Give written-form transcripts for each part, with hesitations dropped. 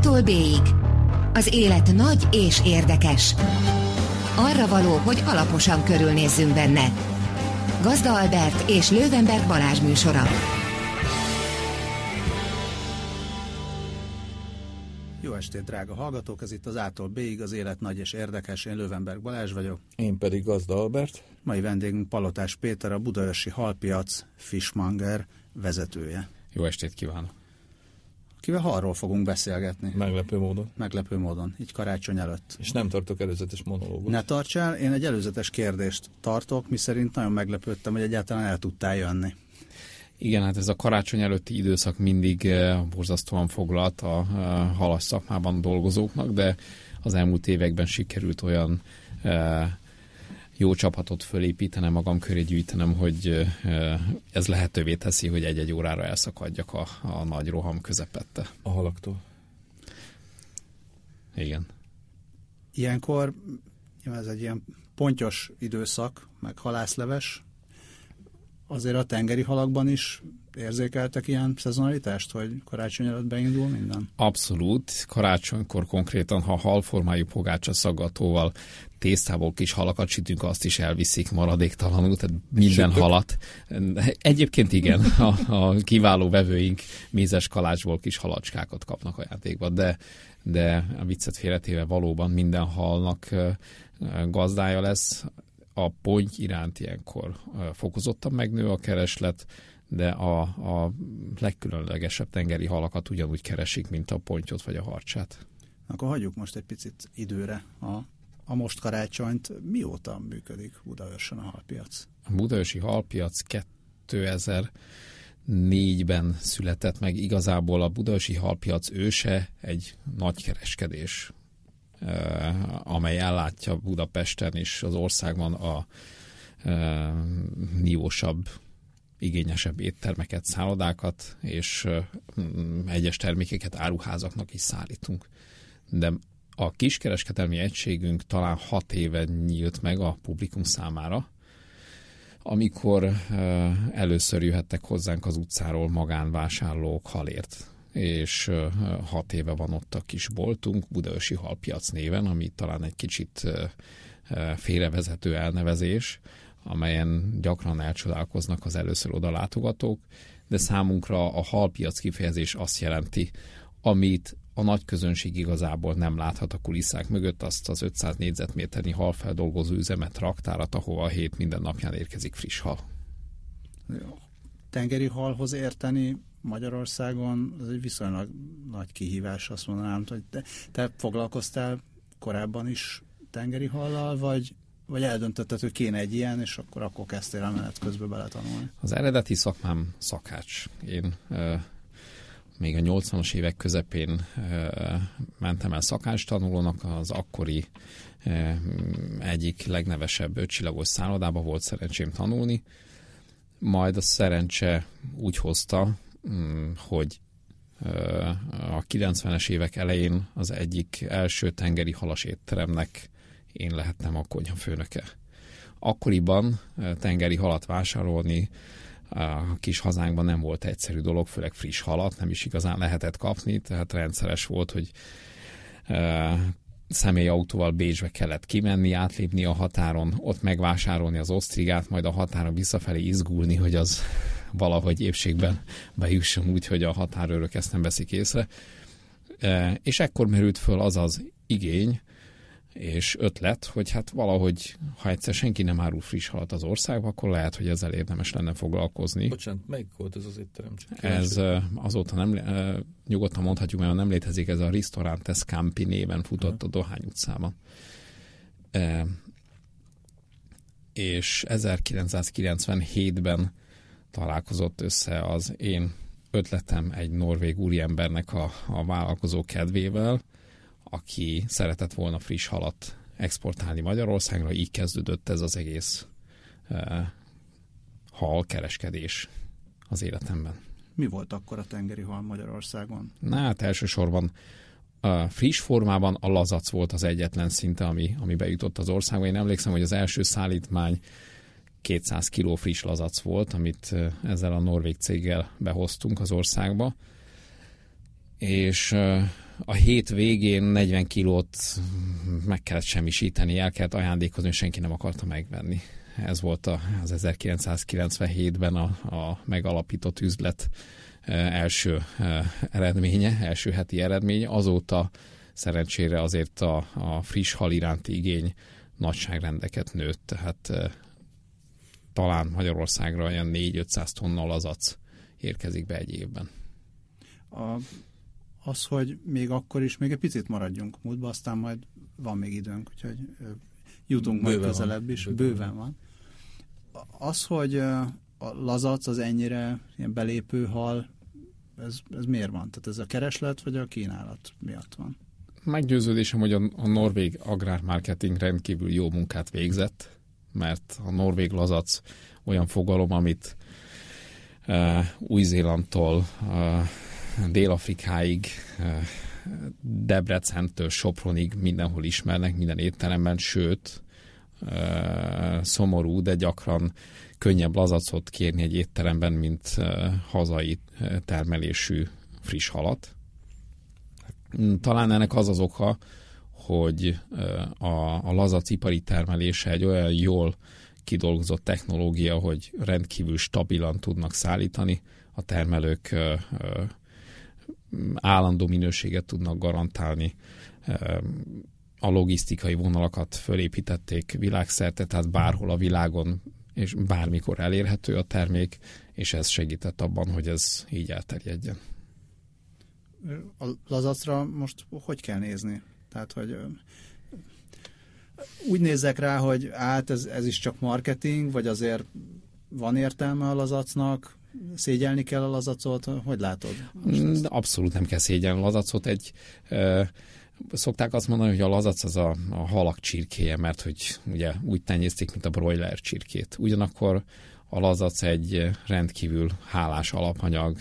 A-tól B-ig. Az élet nagy és érdekes. Arra való, hogy alaposan körülnézzünk benne. Gazda Albert és Löwenberg Balázs műsora. Jó estét, drága hallgatók! Ez itt az A-tól B-ig, az élet nagy és érdekes. Én Löwenberg Balázs vagyok. Én pedig Gazda Albert. Mai vendégünk Palotás Péter, a Budaörsi Halpiac Fishmonger vezetője. Jó estét kívánok! Kivel halról fogunk beszélgetni. Meglepő módon, így karácsony előtt. És nem tartok előzetes monológot. Ne tarts el, én egy előzetes kérdést tartok, miszerint nagyon meglepődtem, hogy egyáltalán el tudtál jönni. Igen, hát ez a karácsony előtti időszak mindig borzasztóan foglalt a halas szakmában dolgozóknak, de az elmúlt években sikerült olyan jó csapatot fölépítenem, magam köré gyűjtenem, hogy ez lehetővé teszi, hogy egy-egy órára elszakadjak a nagy roham közepette. A halaktól. Igen. Ilyenkor, ez egy ilyen pontyos időszak, meg halászleves, azért a tengeri halakban is érzékeltek ilyen szezonalitást, hogy karácsony előtt beindul minden? Abszolút. Karácsonykor konkrétan, ha halformájú pogácsa szaggatóval tésztából kis halakat sütünk, azt is elviszik maradéktalanul, tehát minden halat. Egyébként igen, a kiváló vevőink mézes kalácsból kis halacskákat kapnak ajándékba, de a viccet félretéve valóban minden halnak gazdája lesz. A ponty iránt ilyenkor fokozottan megnő a kereslet, de a legkülönlegesebb tengeri halakat ugyanúgy keresik, mint a pontyot vagy a harcsát. Akkor hagyjuk most egy picit időre a most karácsonyt. Mióta működik Budaörsön a halpiac? A budaörsi halpiac 2004-ben született meg. Igazából a budaörsi halpiac őse egy nagy kereskedés, amely ellátja Budapesten és az országban a nívósabb, igényesebb éttermeket, szállodákat, és egyes termékeket áruházaknak is szállítunk. De a kiskereskedelmi egységünk talán 6 éve nyílt meg a publikum számára, amikor először jöhettek hozzánk az utcáról magánvásárlók halért. És 6 éve van ott a kis boltunk, Budaörsi Halpiac néven, ami talán egy kicsit félrevezető elnevezés, amelyen gyakran elcsodálkoznak az először oda látogatók, de számunkra a halpiac kifejezés azt jelenti, amit a nagy közönség igazából nem láthat a kulisszák mögött, azt az 500 négyzetméternyi halfeldolgozó üzemet, raktárat, ahova a hét minden napján érkezik friss hal. Tengeri halhoz érteni Magyarországon ez egy viszonylag nagy kihívás, azt mondanám, hogy te foglalkoztál korábban is tengeri hallal, vagy eldöntötted, hogy kéne egy ilyen, és akkor kezdtél el menet közben beletanulni? Az eredeti szakmám szakács. Én még a 80-as évek közepén mentem el szakács tanulónak, az akkori egyik legnevesebb 5 csillagos szállodába volt szerencsém tanulni, majd a szerencse úgy hozta, hogy a 90-es évek elején az egyik első tengeri halas étteremnek én lehettem a konyhafőnöke. Akkoriban tengeri halat vásárolni a kis hazánkban nem volt egyszerű dolog, főleg friss halat nem is igazán lehetett kapni, tehát rendszeres volt, hogy személyautóval Bécsbe kellett kimenni, átlépni a határon, ott megvásárolni az osztrigát, majd a határon visszafelé izgulni, hogy az valahogy épségben bejusson úgy, hogy a határőrök ezt nem veszik észre. És ekkor merült föl az az igény és ötlet, hogy hát valahogy, ha egyszer senki nem árul friss halat az országba, akkor lehet, hogy ezzel érdemes lenne foglalkozni. Bocsánat, melyik volt ez az étterem? Ez azóta nem, nyugodtan mondhatjuk, mert nem létezik, ez a Ristorante Scampi néven futott a Dohány utcában. És 1997-ben találkozott össze az én ötletem egy norvég úriembernek a vállalkozó kedvével, aki szeretett volna friss halat exportálni Magyarországra, így kezdődött ez az egész halkereskedés az életemben. Mi volt akkor a tengeri hal Magyarországon? Hát elsősorban friss formában a lazac volt az egyetlen szinte, ami bejutott az országba. Én emlékszem, hogy az első szállítmány 200 kiló friss lazac volt, amit ezzel a norvég céggel behoztunk az országba, és a hét végén 40 kilót meg kellett semmisíteni, el kellett ajándékozni, senki nem akarta megvenni. Ez volt az 1997-ben a megalapított üzlet első eredménye, első heti eredménye. Azóta szerencsére azért a friss hal iránti igény nagyságrendeket nőtt, tehát talán Magyarországra olyan 400-500 tonna lazac érkezik be egy évben. Az, hogy még akkor is, még egy picit maradjunk múltba, aztán majd van még időnk, úgyhogy jutunk majd közelebb is, bőven van. Az, hogy a lazac az ennyire ilyen belépő hal, ez miért van? Tehát ez a kereslet vagy a kínálat miatt van? Meggyőződésem, hogy a norvég agrármarketing rendkívül jó munkát végzett, mert a norvég lazac olyan fogalom, amit Új-Zélandtól Dél-Afrikáig, Debrecentől Sopronig mindenhol ismernek, minden étteremben, sőt, szomorú, de gyakran könnyebb lazacot kérni egy étteremben, mint hazai termelésű friss halat. Talán ennek az az oka, hogy a lazac ipari termelése egy olyan jól kidolgozott technológia, hogy rendkívül stabilan tudnak szállítani, a termelők állandó minőséget tudnak garantálni, a logisztikai vonalakat fölépítették világszerte, tehát bárhol a világon és bármikor elérhető a termék, és ez segített abban, hogy ez így elterjedjen. A lazacra most hogy kell nézni? Tehát, hogy úgy nézzek rá, hogy ez is csak marketing, vagy azért van értelme a lazacnak, szégyelni kell a lazacot, hogy látod? Abszolút nem kell szégyelni a lazacot. Szokták azt mondani, hogy a lazac az a halak csirkéje, mert hogy ugye úgy tenyésztik, mint a broiler csirkét. Ugyanakkor a lazac egy rendkívül hálás alapanyag,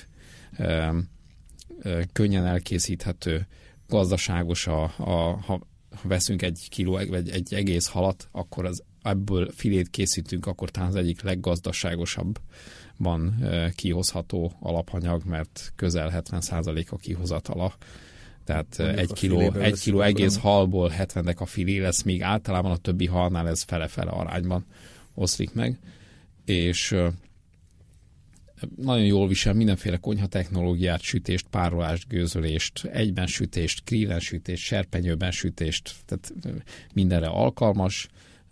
könnyen elkészíthető, gazdaságos, ha veszünk egy kiló, vagy egy egész halat, akkor ebből filét készítünk, akkor talán az egyik leggazdaságosabban kihozható alapanyag, mert közel 70% a kihozatala. Tehát egy kiló egész halból 70-nek a filé lesz, míg általában a többi halnál ez fele-fele arányban oszlik meg. És nagyon jól visel mindenféle konyha technológiát, sütést, párolást, gőzölést, egyben sütést, grillen sütést, serpenyőben sütést, tehát mindenre alkalmas,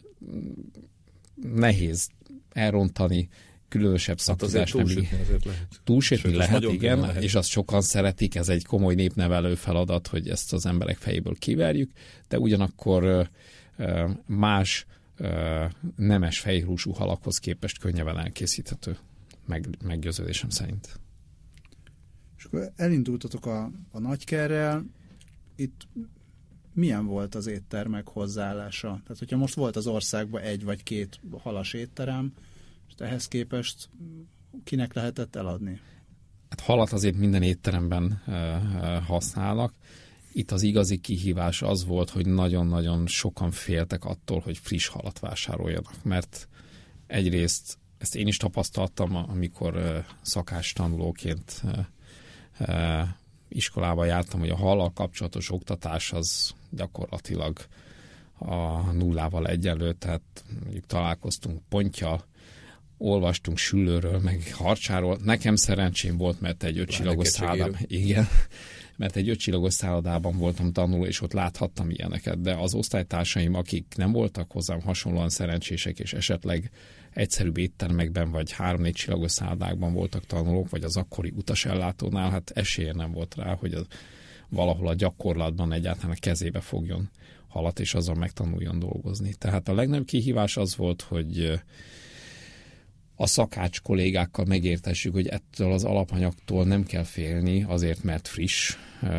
nehéz elrontani, különösebb szaktudás nem túlsütni lehet, igen, lehet. És azt sokan szeretik, ez egy komoly népnevelő feladat, hogy ezt az emberek fejéből kiverjük, de ugyanakkor más nemes fejhúsú halakhoz képest könnyebben elkészíthető, meggyőződésem szerint. És akkor elindultatok a nagykerrel, itt milyen volt az éttermek hozzáállása? Tehát, hogyha most volt az országban egy vagy két halas étterem, és ehhez képest kinek lehetett eladni? Hát halat azért minden étteremben használnak. Itt az igazi kihívás az volt, hogy nagyon-nagyon sokan féltek attól, hogy friss halat vásároljanak, mert egyrészt ezt én is tapasztaltam, amikor szakácstanulóként iskolába jártam, hogy a hallal kapcsolatos oktatás az gyakorlatilag a nullával egyenlő, tehát mondjuk találkoztunk ponttyal, olvastunk süllőről, meg harcsáról. Nekem szerencsém volt, mert egy 5 csillagos szállodában, igen, mert egy 5 csillagos szállodában voltam tanuló, és ott láthattam ilyeneket, de az osztálytársaim, akik nem voltak hozzám hasonlóan szerencsések, és esetleg egyszerűbb éttermekben, vagy 3-4 csillagos szállodákban voltak tanulók, vagy az akkori utasellátónál, hát esélye nem volt rá, hogy valahol a gyakorlatban egyáltalán a kezébe fogjon halat, és azzal megtanuljon dolgozni. Tehát a legnagyobb kihívás az volt, hogy a szakács kollégákkal megértessük, hogy ettől az alapanyagtól nem kell félni, azért mert friss,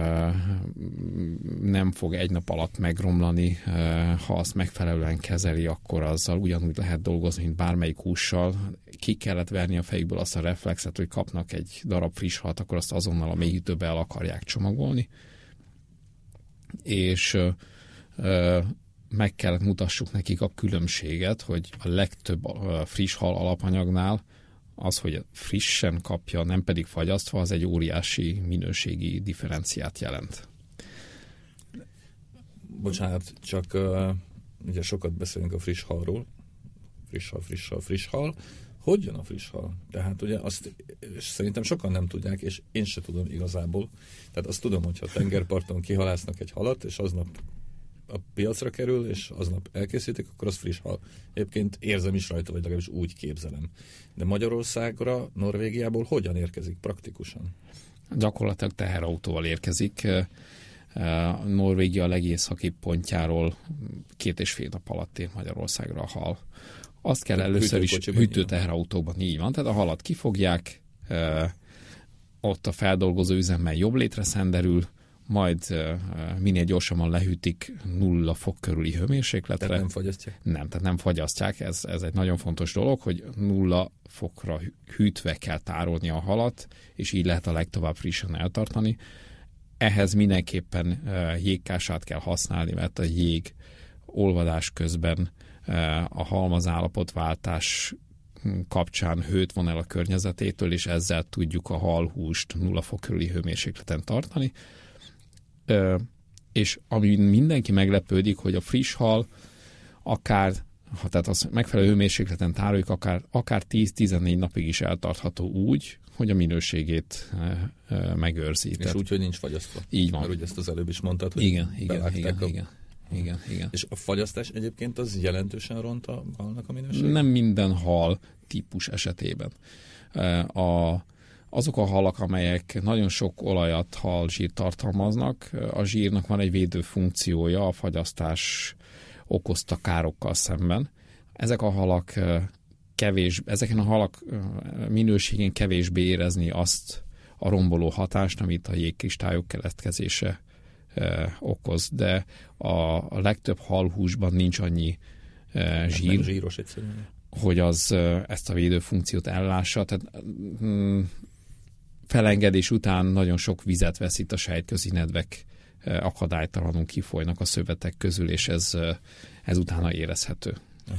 nem fog egy nap alatt megromlani, ha azt megfelelően kezeli, akkor azzal ugyanúgy lehet dolgozni, mint bármelyik hússal. Ki kellett verni a fejükből azt a reflexet, hogy kapnak egy darab friss halat, akkor azt azonnal a mélyhűtőbe el akarják csomagolni. És meg kellett mutassuk nekik a különbséget, hogy a legtöbb friss hal alapanyagnál az, hogy frissen kapja, nem pedig fagyasztva, az egy óriási minőségi differenciát jelent. Bocsánat, csak ugye sokat beszélünk a friss halról. Friss hal. Hogy jön a friss hal? Tehát ugye azt szerintem sokan nem tudják, és én se tudom igazából. Tehát azt tudom, hogyha a tengerparton kihalásznak egy halat, és aznap a piacra kerül, és aznap elkészítik, akkor az friss hal. Egyébként érzem is rajta, vagy legalábbis úgy képzelem. De Magyarországra, Norvégiából hogyan érkezik praktikusan? Gyakorlatilag teherautóval érkezik. Norvégia legészakibb pontjáról 2,5 nap alatt ér Magyarországra a hal. Azt kell először is hűtőteherautóban, így van. Tehát a halat kifogják, ott a feldolgozó üzemmel jobb létre szenderül, majd minél gyorsabban lehűtik 0 fok körüli hőmérsékletre. Tehát nem fagyasztják? Nem, tehát nem fagyasztják. Ez egy nagyon fontos dolog, hogy 0 fokra hűtve kell tárolni a halat, és így lehet a legtovább frissen eltartani. Ehhez mindenképpen jégkását kell használni, mert a jég olvadás közben a halmaz állapotváltás kapcsán hőt von el a környezetétől, és ezzel tudjuk a halhúst 0 fok körüli hőmérsékleten tartani. És ami mindenki meglepődik, hogy a friss hal tehát az megfelelő hőmérsékleten tároljuk, akár 10-14 napig is eltartható úgy, hogy a minőségét megőrzi. És úgy, hogy nincs fagyasztva. Így van. Mert ugye ezt az előbb is mondtad, hogy igen. Igen. És a fagyasztás egyébként az jelentősen ront a halnak a minőségét? Nem minden hal típus esetében. Azok a halak, amelyek nagyon sok olajat, halzsírt tartalmaznak, a zsírnak van egy védő funkciója a fagyasztás okozta károkkal szemben. Ezeken a halak minőségén kevésbé érezni azt a romboló hatást, amit a jégkristályok keletkezése okoz, de a legtöbb halhúsban nincs annyi zsír, zsíros egyszerűen, hogy az ezt a védőfunkciót ellássa. Tehát felengedés után nagyon sok vizet veszít a sejtközi nedvek, akadálytalanul kifolynak a szövetek közül, és ez utána érezhető.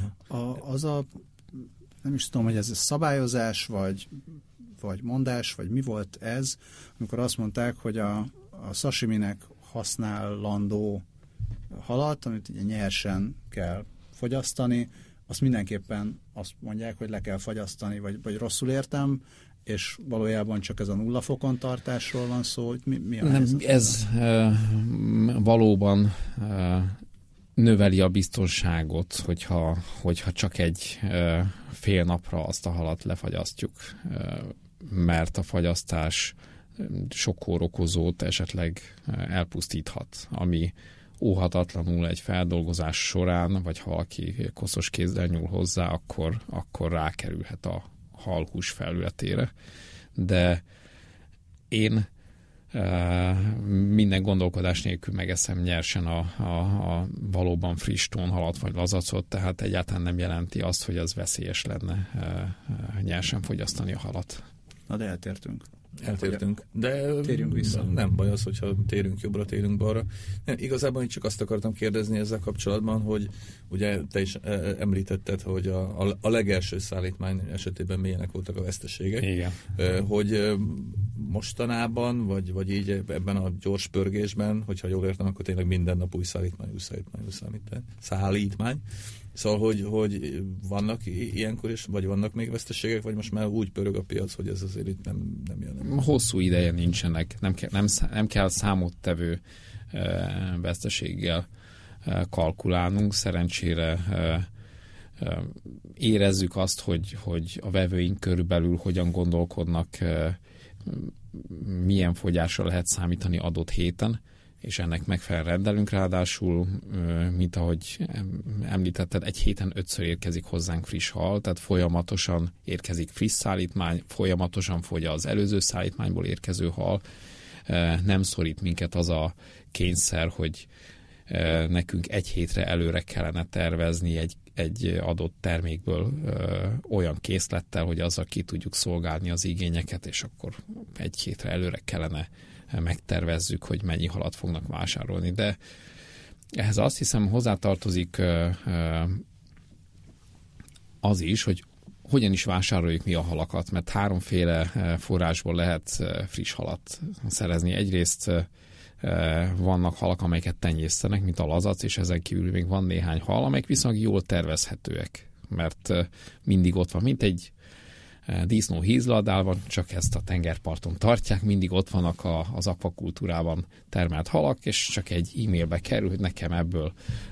Nem is tudom, hogy ez a szabályozás, vagy mondás, vagy mi volt ez, amikor azt mondták, hogy a sashiminek használandó halat, amit ugye nyersen kell fogyasztani, azt mindenképpen azt mondják, hogy le kell fagyasztani, vagy rosszul értem, és valójában csak ez a 0 fokon tartásról van szó, hogy mi a helyzet? Ez valóban növeli a biztonságot, hogyha csak egy fél napra azt a halat lefagyasztjuk, mert a fagyasztás sok kórokozót esetleg elpusztíthat, ami óhatatlanul egy feldolgozás során, vagy ha valaki koszos kézzel nyúl hozzá, akkor rákerülhet a halhús felületére. De én minden gondolkodás nélkül megeszem nyersen a valóban friss tónhalat vagy lazacot, tehát egyáltalán nem jelenti azt, hogy az veszélyes lenne nyersen fogyasztani a halat. Na de eltértünk. De térjünk vissza. Nem baj az, hogyha térünk jobbra, térünk balra. Nem, igazából én csak azt akartam kérdezni ezzel kapcsolatban, hogy ugye te is említetted, hogy a legelső szállítmány esetében milyenek voltak a veszteségek. Igen. Hogy mostanában, vagy így ebben a gyors pörgésben, hogyha jól értem, akkor tényleg minden nap új szállítmány. Szóval, hogy vannak ilyenkor is, vagy vannak még veszteségek, vagy most már úgy pörög a piac, hogy ez azért itt nem jön. Hosszú ideje nincsenek, nem kell számottevő veszteséggel kalkulálnunk. Szerencsére érezzük azt, hogy a vevőink körülbelül hogyan gondolkodnak, milyen fogyásra lehet számítani adott héten, és ennek megfelelően rendelünk, ráadásul, mint ahogy említetted, egy héten 5-ször érkezik hozzánk friss hal, tehát folyamatosan érkezik friss szállítmány, folyamatosan fogy az előző szállítmányból érkező hal. Nem szorít minket az a kényszer, hogy nekünk egy hétre előre kellene tervezni egy adott termékből olyan készlettel, hogy azzal ki tudjuk szolgálni az igényeket, és akkor egy hétre előre kellene megtervezzük, hogy mennyi halat fognak vásárolni. De ehhez azt hiszem hozzátartozik az is, hogy hogyan is vásároljuk mi a halakat, mert háromféle forrásból lehet friss halat szerezni. Egyrészt vannak halak, amelyeket tenyésztenek, mint a lazac, és ezen kívül még van néhány hal, amelyek viszont jól tervezhetőek, mert mindig ott van, mint egy disznó hízladálban, csak ezt a tengerparton tartják, mindig ott vannak az akvakultúrában termelt halak, és csak egy e-mailbe kerül, hogy nekem ebből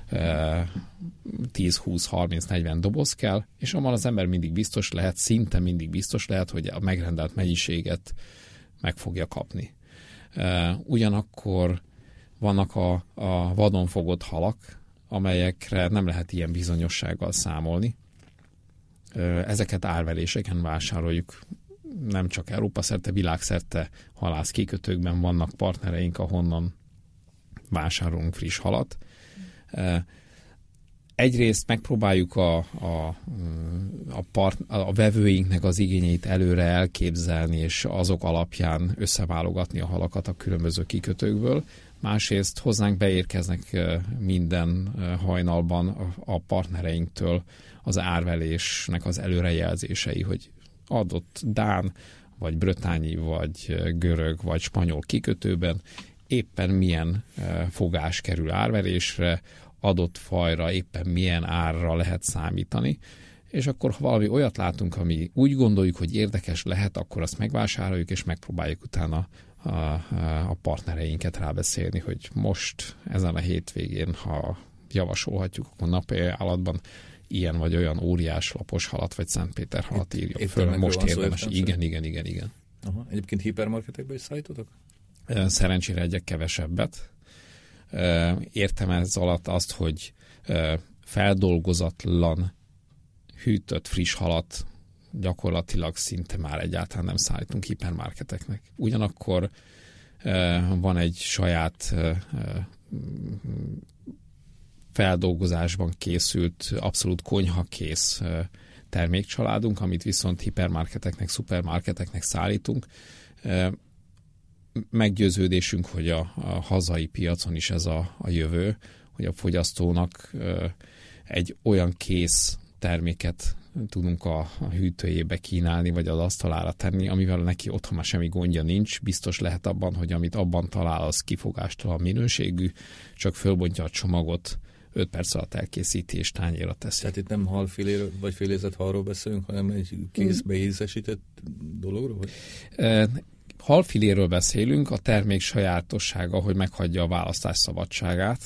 10, 20, 30, 40 doboz kell, és abban az ember mindig biztos lehet, szinte mindig biztos lehet, hogy a megrendelt mennyiséget meg fogja kapni. Ugyanakkor vannak a vadon fogott halak, amelyekre nem lehet ilyen bizonyossággal számolni. Ezeket árveréseken vásároljuk, nem csak Európa szerte, világszerte halászkikötőkben vannak partnereink, ahonnan vásárolunk friss halat. Egyrészt megpróbáljuk a vevőinknek az igényeit előre elképzelni, és azok alapján összeválogatni a halakat a különböző kikötőkből. Másrészt hozzánk beérkeznek minden hajnalban a partnereinktől az árverésnek az előrejelzései, hogy adott dán, vagy brötányi, vagy görög, vagy spanyol kikötőben éppen milyen fogás kerül árverésre, adott fajra éppen milyen árra lehet számítani, és akkor ha valami olyat látunk, ami úgy gondoljuk, hogy érdekes lehet, akkor azt megvásároljuk, és megpróbáljuk utána a partnereinket rábeszélni, hogy most ezen a hétvégén, ha javasolhatjuk, akkor napi állatban ilyen vagy olyan óriás lapos halat, vagy Szentpéter halat írjuk föl. Most érdemes. Igen. Aha. Egyébként hipermarketekbe is szállítotok? Szerencsére egyek kevesebbet. Értem ez alatt azt, hogy feldolgozatlan, hűtött friss halat gyakorlatilag szinte már egyáltalán nem szállítunk hipermarketeknek. Ugyanakkor van egy saját feldolgozásban készült, abszolút konyhakész termékcsaládunk, amit viszont hipermarketeknek, szupermarketeknek szállítunk. Meggyőződésünk, hogy a hazai piacon is ez a jövő, hogy a fogyasztónak egy olyan kész terméket tudunk a hűtőjébe kínálni, vagy az asztalára tenni, amivel neki otthon már semmi gondja nincs. Biztos lehet abban, hogy amit abban talál, az kifogástalan minőségű, csak fölbontja a csomagot, 5 perc alatt elkészíti és tányérra teszi. Tehát itt nem halfiléről, vagy félézett halról beszélünk, hanem egy készbe ízesített dologról? Vagy? Halfiléről beszélünk, a termék sajátossága, hogy meghagyja a választás szabadságát.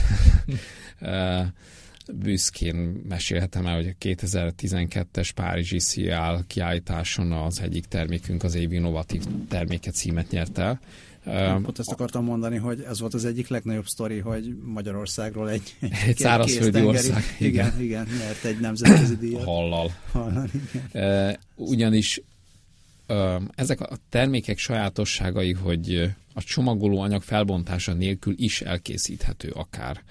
Büszkén mesélhetem el, hogy a 2012-es Párizsi Sziál kiállításon az egyik termékünk az év innovatív terméke címet nyert el. Pont ezt akartam mondani, hogy ez volt az egyik legnagyobb sztori, hogy Magyarországról egy szárazföldi ország. Igen, nyert egy nemzetközi díjat. Hallal, igen. Ugyanis ezek a termékek sajátosságai, hogy a csomagoló anyag felbontása nélkül is elkészíthető akár.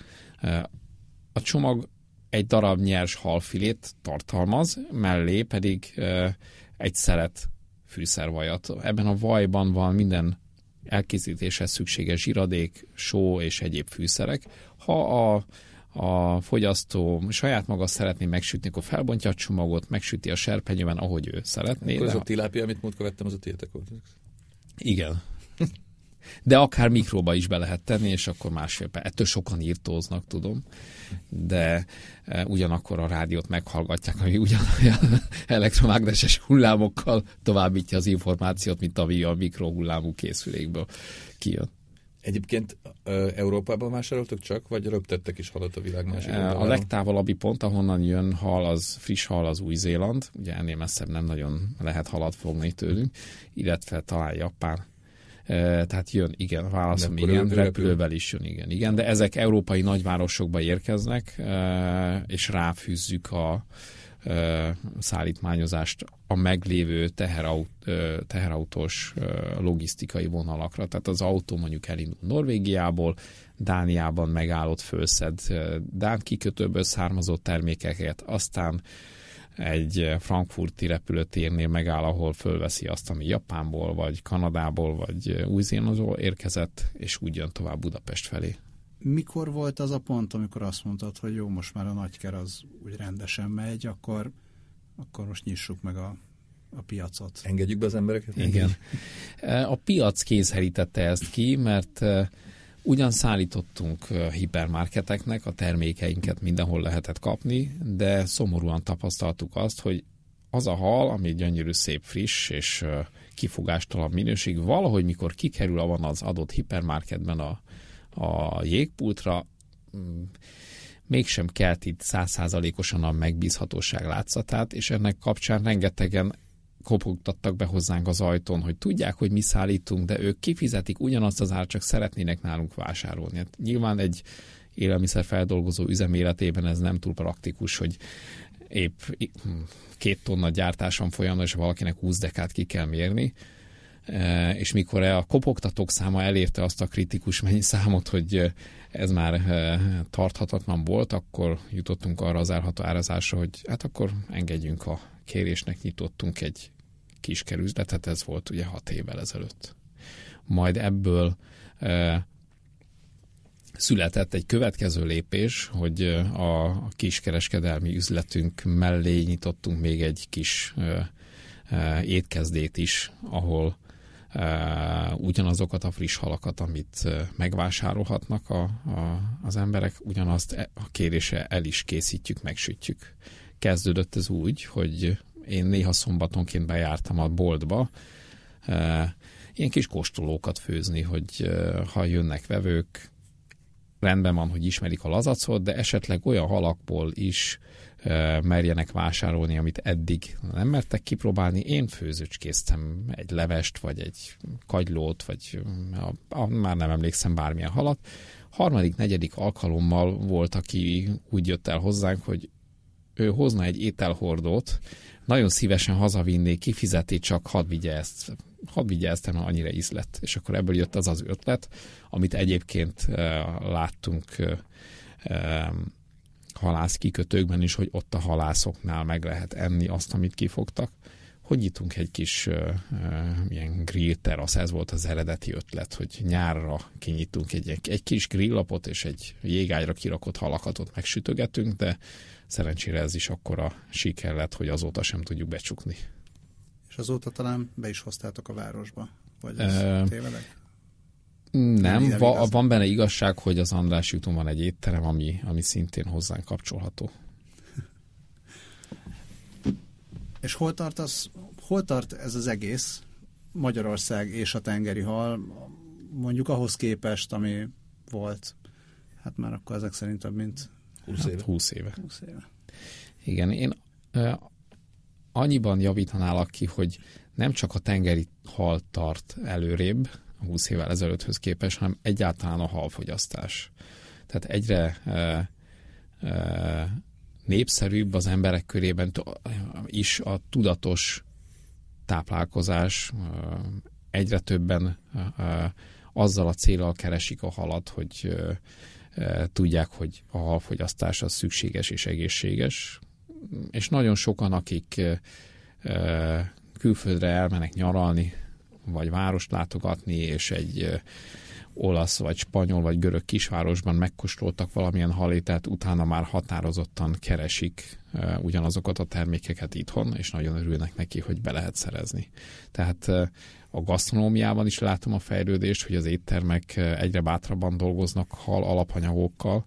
A csomag egy darab nyers halfilét tartalmaz, mellé pedig egy szelet fűszervajat. Ebben a vajban van minden elkészítéshez szükséges zsiradék, só és egyéb fűszerek. Ha a fogyasztó saját maga szeretné megsütni, akkor felbontja a csomagot, megsüti a serpenyőben, ahogy ő szeretné. Akkor ez a tilápia, amit múltkor vettem, az a tiétek volt. Igen. De akár mikróba is be lehet tenni, és akkor másfél perc. Ettől sokan írtóznak, tudom, de ugyanakkor a rádiót meghallgatják, ami ugyanolyan elektromágneses hullámokkal továbbítja az információt, mint ami a mikrohullámú készülékből kijön. Egyébként Európában vásároltok csak, vagy röptettek is halat a világ másik oldalán? A legtávolabbi pont, ahonnan jön hal, friss hal az Új-Zéland, ugye ennél messzebb nem nagyon lehet halat fogni tőlünk, illetve talán Japán. Tehát jön, igen, a válaszom igen, repülővel is jön, igen, de ezek európai nagyvárosokba érkeznek, és ráfűzzük a szállítmányozást a meglévő teherautós logisztikai vonalakra. Tehát az autó mondjuk elindul Norvégiából, Dániában megállott fölszed dán kikötőből származó termékeket, aztán egy frankfurti repülőtérnél megáll, ahol fölveszi azt, ami Japánból, vagy Kanadából, vagy Új-Zélandról érkezett, és úgy jön tovább Budapest felé. Mikor volt az a pont, amikor azt mondtad, hogy jó, most már a nagyker az úgy rendesen megy, akkor most nyissuk meg a piacot? Engedjük be az embereket? Igen. A piac kényszerítette ezt ki, mert Ugyan szállítottunk hipermarketeknek, a termékeinket mindenhol lehetett kapni, de szomorúan tapasztaltuk azt, hogy az a hal, ami gyönyörű, szép, friss és kifogástalan minőség, valahogy mikor kikerül abban az adott hipermarketben a jégpultra, mégsem kelt itt 100%-osan a megbízhatóság látszatát, és ennek kapcsán rengetegen kopogtattak be hozzánk az ajtón, hogy tudják, hogy mi szállítunk, de ők kifizetik ugyanazt az árat, csak szeretnének nálunk vásárolni. Hát nyilván egy élelmiszerfeldolgozó üzem életében ez nem túl praktikus, hogy épp 2 tonna gyártáson folyamban, és valakinek 20 dekát ki kell mérni, és mikor a kopogtatók száma elérte azt a kritikus számot, hogy ez már tarthatatlan volt, akkor jutottunk arra az árható árazásra, hogy hát akkor engedjünk a kérésnek, nyitottunk egy kis kerüzletet, ez volt ugye 6 évvel ezelőtt. Majd ebből született egy következő lépés, hogy a kiskereskedelmi üzletünk mellé nyitottunk még egy kis étkezdét is, ahol ugyanazokat a friss halakat, amit megvásárolhatnak az emberek, ugyanazt a kérésre el is készítjük, megsütjük. Kezdődött ez úgy, hogy én néha szombatonként bejártam a boltba, ilyen kis kóstolókat főzni, hogy ha jönnek vevők, rendben van, hogy ismerik a lazacot, de esetleg olyan halakból is merjenek vásárolni, amit eddig nem mertek kipróbálni. Én főzőcskéztem egy levest, vagy egy kagylót, vagy már nem emlékszem, bármilyen halat. 3., 4. alkalommal volt, aki úgy jött el hozzánk, hogy ő hozna egy ételhordót, nagyon szívesen hazavinné, kifizeti, csak hadd vigye ezt, mert annyira ízlett. És akkor ebből jött az ötlet, amit egyébként láttunk halászkikötőkben is, hogy ott a halászoknál meg lehet enni azt, amit kifogtak, hogy nyitunk egy kis ilyen grill terasz, ez volt az eredeti ötlet, hogy nyárra kinyitunk egy kis grillapot, és egy jégágyra kirakott halakat ott megsütögetünk, de szerencsére ez is akkora siker lett, hogy azóta sem tudjuk becsukni. És azóta talán be is hoztátok a városba? Vagy ez tévedek? Nem, van benne igazság, hogy az Andrássy úton van egy étterem, ami szintén hozzánk kapcsolható. És hol tart ez az egész, Magyarország és a tengeri hal, mondjuk ahhoz képest, ami volt, hát már akkor ezek szerint több mint 20 éve. 20 éve. Igen, én annyiban javítanálak ki, hogy nem csak a tengeri hal tart előrébb, 20 évvel ezelőtthöz képest, hanem egyáltalán a halfogyasztás. Tehát egyre népszerűbb az emberek körében is a tudatos táplálkozás, egyre többen azzal a céllal keresik a halat, hogy tudják, hogy a halfogyasztás az szükséges és egészséges, és nagyon sokan, akik külföldre elmennek nyaralni, vagy várost látogatni, és egy olasz, vagy spanyol, vagy görög kisvárosban megkóstoltak valamilyen halétát, utána már határozottan keresik ugyanazokat a termékeket itthon, és nagyon örülnek neki, hogy be lehet szerezni. Tehát a gasztronómiában is látom a fejlődést, hogy az éttermek egyre bátrabban dolgoznak hal alapanyagokkal,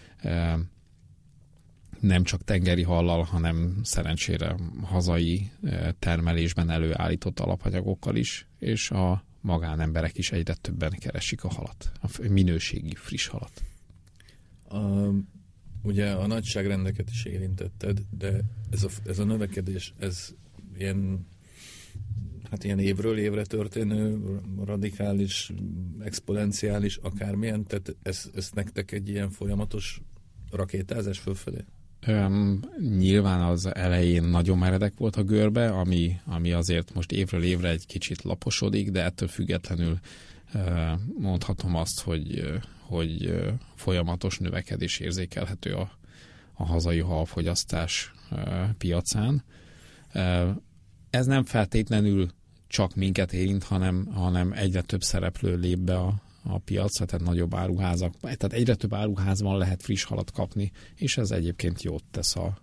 nem csak tengeri hallal, hanem szerencsére hazai termelésben előállított alapanyagokkal is, és a magánemberek is egyre többen keresik a halat, a minőségi friss halat. Ugye a nagyságrendeket is érintetted, de ez a növekedés, ez ilyen évről évre történő, radikális, exponenciális, akármilyen, tehát ez nektek egy ilyen folyamatos rakétázás fölfelé? Nyilván az elején nagyon meredek volt a görbe, ami azért most évről évre egy kicsit laposodik, de ettől függetlenül mondhatom azt, hogy folyamatos növekedés érzékelhető a hazai halfogyasztás piacán. Ez nem feltétlenül csak minket érint, hanem egyre több szereplő lép be a piacra, tehát nagyobb áruházak, tehát egyre több áruházban lehet friss halat kapni, és ez egyébként jót tesz a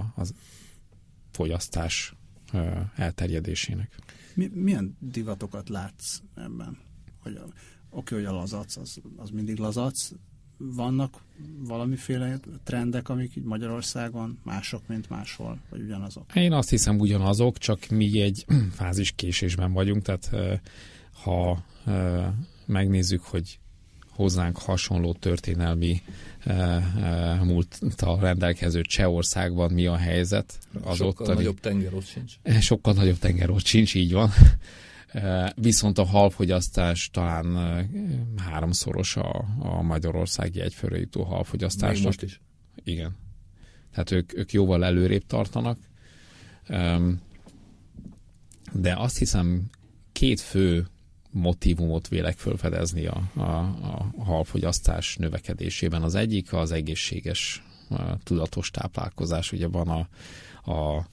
fogyasztás elterjedésének. Milyen divatokat látsz ebben? Hogy oké, hogy a lazac, az mindig lazac. Vannak valamiféle trendek, amik így Magyarországon mások, mint máshol, vagy ugyanazok? Én azt hiszem ugyanazok, csak mi egy fázis késésben vagyunk, tehát ha megnézzük, hogy hozzánk hasonló történelmi múlttal rendelkező Csehországban mi a helyzet. Sokkal nagyobb tengerút sincs. Sokkal nagyobb tengerút sincs, így van. Viszont a halfogyasztás talán 3-szoros a magyarországi egyfőre jutó halfogyasztásnak. Még most is. Igen. Tehát ők jóval előrébb tartanak. De azt hiszem 2 fő motívumot vélek felfedezni a halfogyasztás növekedésében. Az egyik az egészséges, tudatos táplálkozás. Ugye van a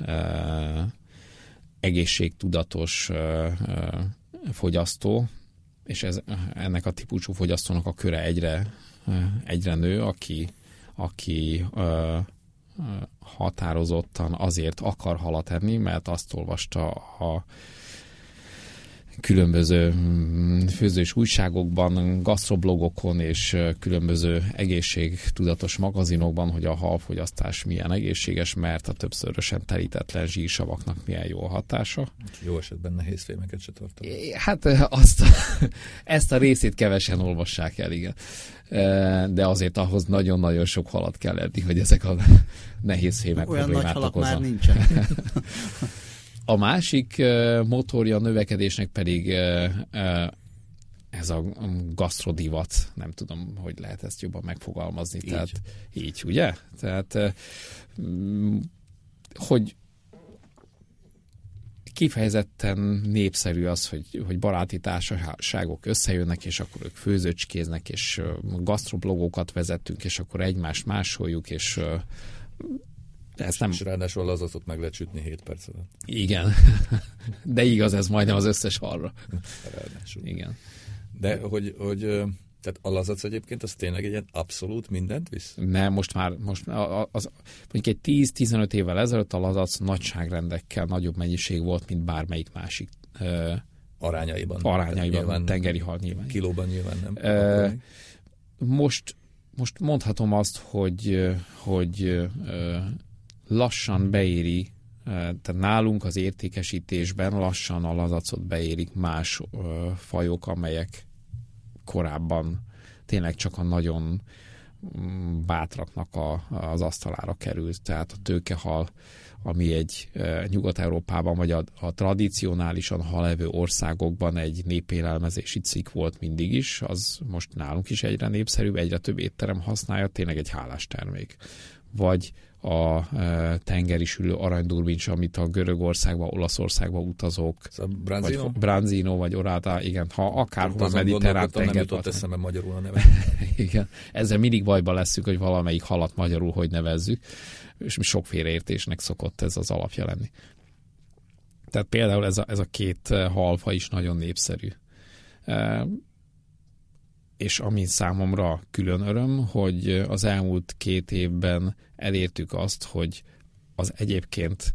egészségtudatos fogyasztó, és ennek a típusú fogyasztónak a köre egyre nő, aki határozottan azért akar halat enni, mert azt olvasta a különböző főzős újságokban, gasztroblogokon és különböző egészségtudatos magazinokban, hogy a halfogyasztás milyen egészséges, mert a többszörösen terítetlen zsírsavaknak milyen jó a hatása. Jó esetben nehézfémeket se tartanak. Hát ezt a részét kevesen olvassák el, igen. De azért ahhoz nagyon-nagyon sok halat kell enni, hogy ezek a nehézfémek olyan problémát nagy halak okoznak. már nincsen. A másik motorja a növekedésnek pedig ez a gasztrodivat, nem tudom, hogy lehet ezt jobban megfogalmazni. Így. Tehát így, ugye? Tehát, hogy kifejezetten népszerű az, hogy baráti társaságok összejönnek, és akkor ők főzőcskéznek, és gasztroblogokat vezetünk, és akkor egymást másoljuk, és ezt nem... És ráadásul az ott meg lehet sütni 7 perc alatt. Igen. De igaz, ez majdnem az összes halra. Ráadásul. Igen. De hogy tehát a lazac egyébként az tényleg egy ilyen abszolút mindent visz? Nem, most mondjuk egy 10-15 évvel ezelőtt a lazac nagyságrendekkel nagyobb mennyiség volt, mint bármelyik másik arányaiban tengeri hal nyilván. Kilóban nyilván nem. Most mondhatom azt, hogy lassan beéri, tehát nálunk az értékesítésben lassan a lazacot beérik más fajok, amelyek korábban tényleg csak a nagyon bátraknak az asztalára került. Tehát a tőkehal, ami egy Nyugat-Európában, vagy a tradicionálisan halevő országokban egy népélelmezési cikk volt mindig is, az most nálunk is egyre népszerűbb, egyre több étterem használja, tényleg egy hálás termék. Vagy a tengeri sülő aranydurbincs, amit a Görögországba, Olaszországba utazók, Branzino? Vagy Branzino, vagy Orata, igen, ha akárhol a mediterrán tengerparton. Nem jutott eszembe magyarul a neve. Igen, ezzel mindig bajba leszünk, hogy valamelyik halat magyarul hogy nevezzük, és sokféle értésnek szokott ez az alapja lenni. Tehát például ez a 2 halfaj is nagyon népszerű. És ami számomra külön öröm, hogy az elmúlt 2 évben elértük azt, hogy az egyébként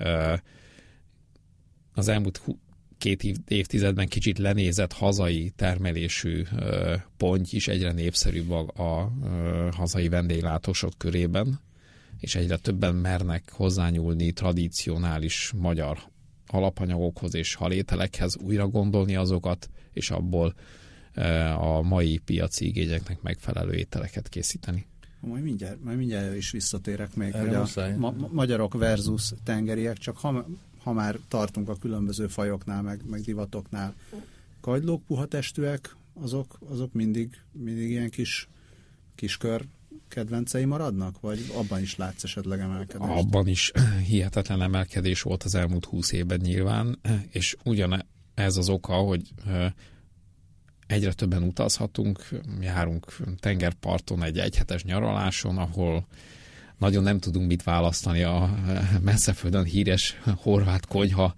az elmúlt 2 évtizedben kicsit lenézett hazai termelésű ponty is egyre népszerűbb a hazai vendéglátósok körében, és egyre többen mernek hozzányúlni tradicionális magyar alapanyagokhoz és halételekhez, újra gondolni azokat, és abból a mai piaci igényeknek megfelelő ételeket készíteni. Majd mindjárt is visszatérek még, erre hogy a magyarok versus tengeriek, csak ha már tartunk a különböző fajoknál, meg divatoknál, kagylók, puha testűek, azok mindig ilyen kiskör kedvencei maradnak? Vagy abban is látsz esetleg emelkedést? Abban is hihetetlen emelkedés volt az elmúlt 20 évben nyilván, és ugyanez az oka, hogy egyre többen utazhatunk, járunk tengerparton egy egyhetes nyaraláson, ahol nagyon nem tudunk mit választani a messzeföldön híres horvát konyha.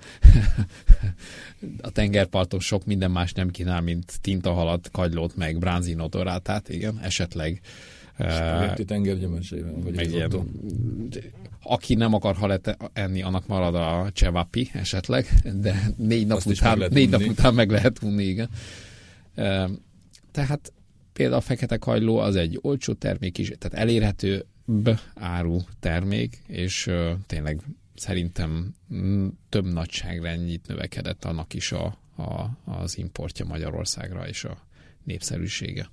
A tengerparton sok minden más nem kínál, mint tintahalat, kagylót, meg branzino dorátát, igen, esetleg. Spagetti tengergyümölcseivel, vagy aki nem akar halet enni, annak marad a cevapi esetleg, de 4 nap után meg lehet unni, igen. Tehát például a fekete kagyló az egy olcsó termék is, tehát elérhető áru termék, és tényleg szerintem több nagyságrendnyit növekedett annak is az importja Magyarországra és a népszerűsége.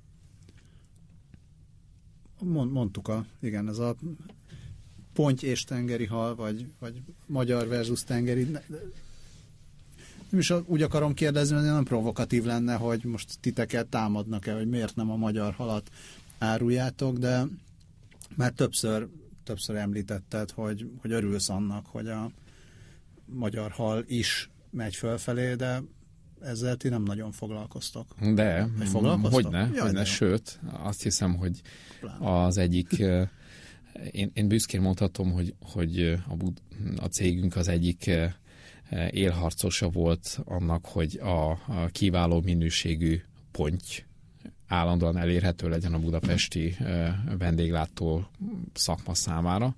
Mondtuk, igen, ez a ponty és tengeri hal, vagy magyar versus tengeri. Nem is úgy akarom kérdezni, hogy nem provokatív lenne, hogy most titeket támadnak-e, hogy miért nem a magyar halat áruljátok, de már többször említetted, hogy örülsz annak, hogy a magyar hal is megy fölfelé, de ezzel ti nem nagyon fogkoztok. De, hogyne, sőt, azt hiszem, hogy az egyik, én büszkén mondhatom, hogy a cégünk az egyik élharcosa volt annak, hogy a kiváló minőségű ponty állandóan elérhető legyen a budapesti vendéglátó szakma számára.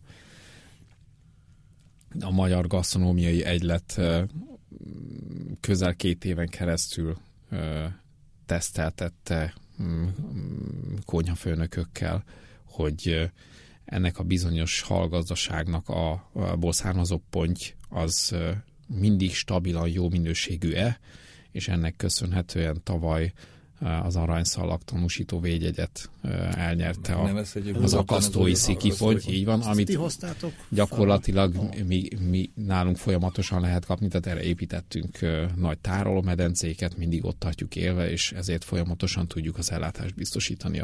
A Magyar Gasztronómiai Egylet közel 2 éven keresztül teszteltette konyhafőnökökkel, hogy ennek a bizonyos halgazdaságnak abból származó ponty az mindig stabilan jó minőségű-e, és ennek köszönhetően tavaly az aranyszallag tanúsító védjegyet elnyerte az akasztói sziki ponty, így van, amit gyakorlatilag mi nálunk folyamatosan lehet kapni, tehát erre építettünk nagy tárolómedencéket, mindig ott tartjuk élve, és ezért folyamatosan tudjuk az ellátást biztosítani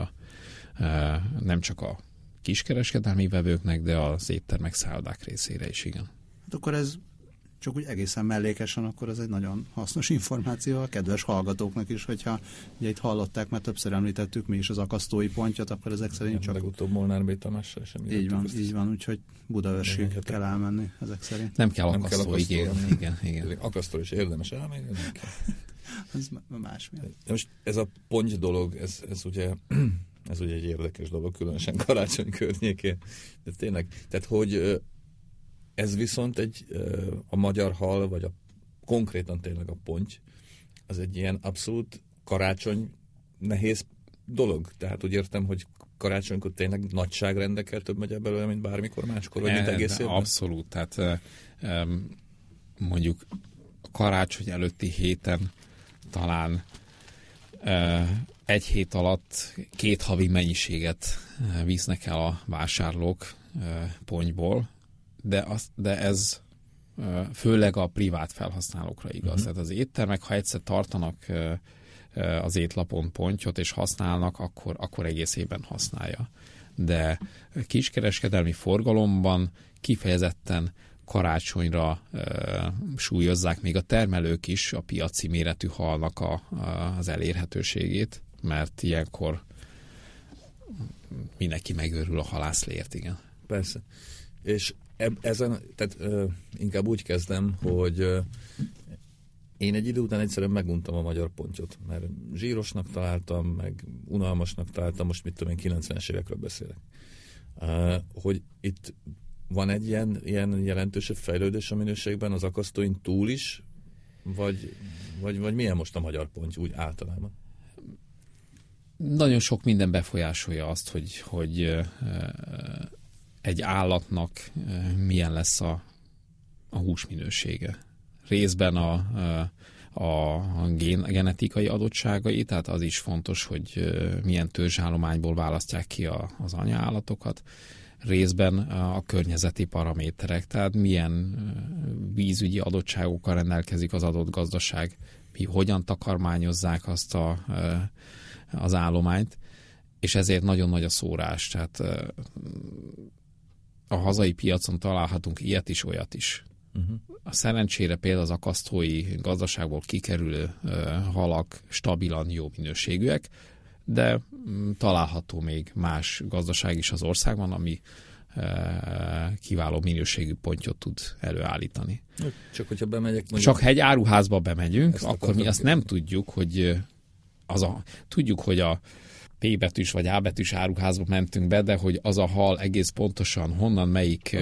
nem csak a kiskereskedelmi vevőknek, de az éttermek, szállodák részére is, igen. Hát akkor ez csak úgy egészen mellékesen, akkor ez egy nagyon hasznos információ a kedves hallgatóknak is, hogyha ugye itt hallották, mert többször említettük mi is az akasztói pontyot, akkor ezek szerint csak... Legutóbb Molnár B. Tamással sem így van, úgyhogy Budaörsig kell elmenni ezek szerint. Nem kell akasztóig élni. Igen. Akasztó is érdemes elmenni, nem kell. Ez másmi. Most ez a ponty dolog, ez ugye egy érdekes dolog, különösen karácsony környékén. De tényleg, tehát hogy ez viszont a magyar hal, vagy konkrétan tényleg a ponty, az egy ilyen abszolút karácsony nehéz dolog. Tehát úgy értem, hogy karácsonykor tényleg nagyságrendekkel több megy belőle, mint bármikor máskor, vagy mint egész évben? Abszolút. Tehát mondjuk a karácsony előtti héten talán egy hét alatt 2 havi mennyiséget visznek el a vásárlók pontyból, de ez főleg a privát felhasználókra igaz. Tehát az éttermek, ha egyszer tartanak az étlapon pontyot és használnak, akkor egész évben használja. De kiskereskedelmi forgalomban kifejezetten karácsonyra súlyozzák még a termelők is a piaci méretű halnak az elérhetőségét, mert ilyenkor mindenki megőrül a halászlért, igen. Persze. És ezen, tehát inkább úgy kezdem, hogy én egy idő után egyszerűen meguntam a magyar pontyot, mert zsírosnak találtam, meg unalmasnak találtam, most mit tudom én, 90-es évekről beszélek. Hogy itt van egy ilyen jelentősebb fejlődés a minőségben az akasztóin túl is, vagy milyen most a magyar ponty úgy általában? Nagyon sok minden befolyásolja azt, hogy egy állatnak milyen lesz a hús minősége. Részben a genetikai adottságai, tehát az is fontos, hogy milyen törzsállományból választják ki az anyaállatokat. Részben a környezeti paraméterek, tehát milyen vízügyi adottságokkal rendelkezik az adott gazdaság, hogyan takarmányozzák azt az állományt, és ezért nagyon nagy a szórás. Tehát a hazai piacon találhatunk ilyet is, olyat is. A szerencsére például az akasztói gazdaságból kikerülő halak stabilan jó minőségűek, de található még más gazdaság is az országban, ami kiváló minőségű pontyot tud előállítani. Csak hogyha bemegyek... Csak ha egy áruházba bemegyünk, akkor mi azt nem tudjuk, hogy tudjuk, hogy a P betűs vagy A betűs áruházba mentünk be, de hogy az a hal egész pontosan honnan, melyik